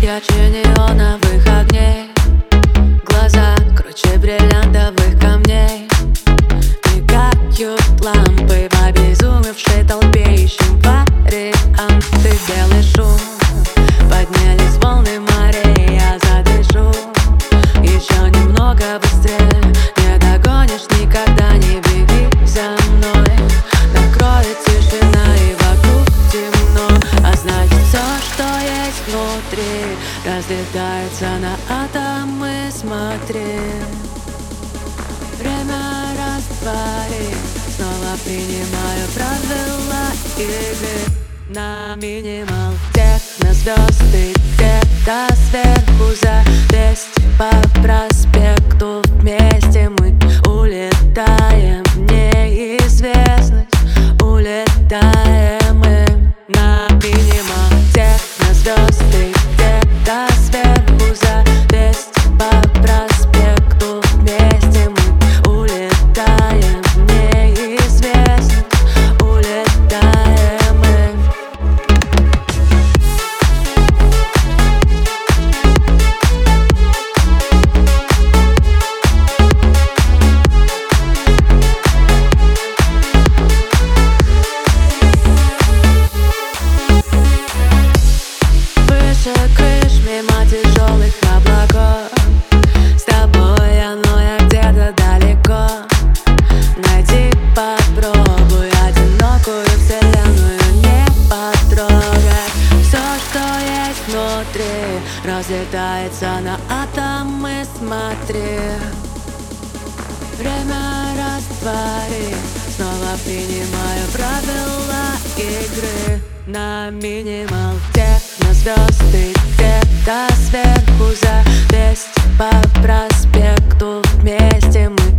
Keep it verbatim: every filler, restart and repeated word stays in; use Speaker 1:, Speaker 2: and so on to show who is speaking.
Speaker 1: ярче неоновых огней. Глаза круче бриллиантовых камней. Мигают лампы в обезумевшей толпе. Ищем варианты, белый шум. Поднялись волны морей, я задышу. Еще немного быстрее, не догонишь никогда, не беги за мной. Накроет тишина и вокруг темно, а значит все, что есть внутри, разлетается на атомы, смотри. Время растворит, снова принимаю правила игры. На минимал технозвезды где-то сверху, за двести по проспекту. Вместе мы улетаем в неизвестность, улетаем мы. На минимал технозвезды где-то сверху, за двести по проспекту. Вместе мы улетаем в неизвестность, улетаем мы. Крыш мимо тяжелых облаков. С тобой я, но я где-то далеко. Найди, попробуй одинокую вселенную не потрогать. Все, что есть внутри, разлетается на атомы, смотри. Время растворит, снова принимаю правила игры. На минимал технозвезды где-то сверху, за двести по проспекту. Вместе мы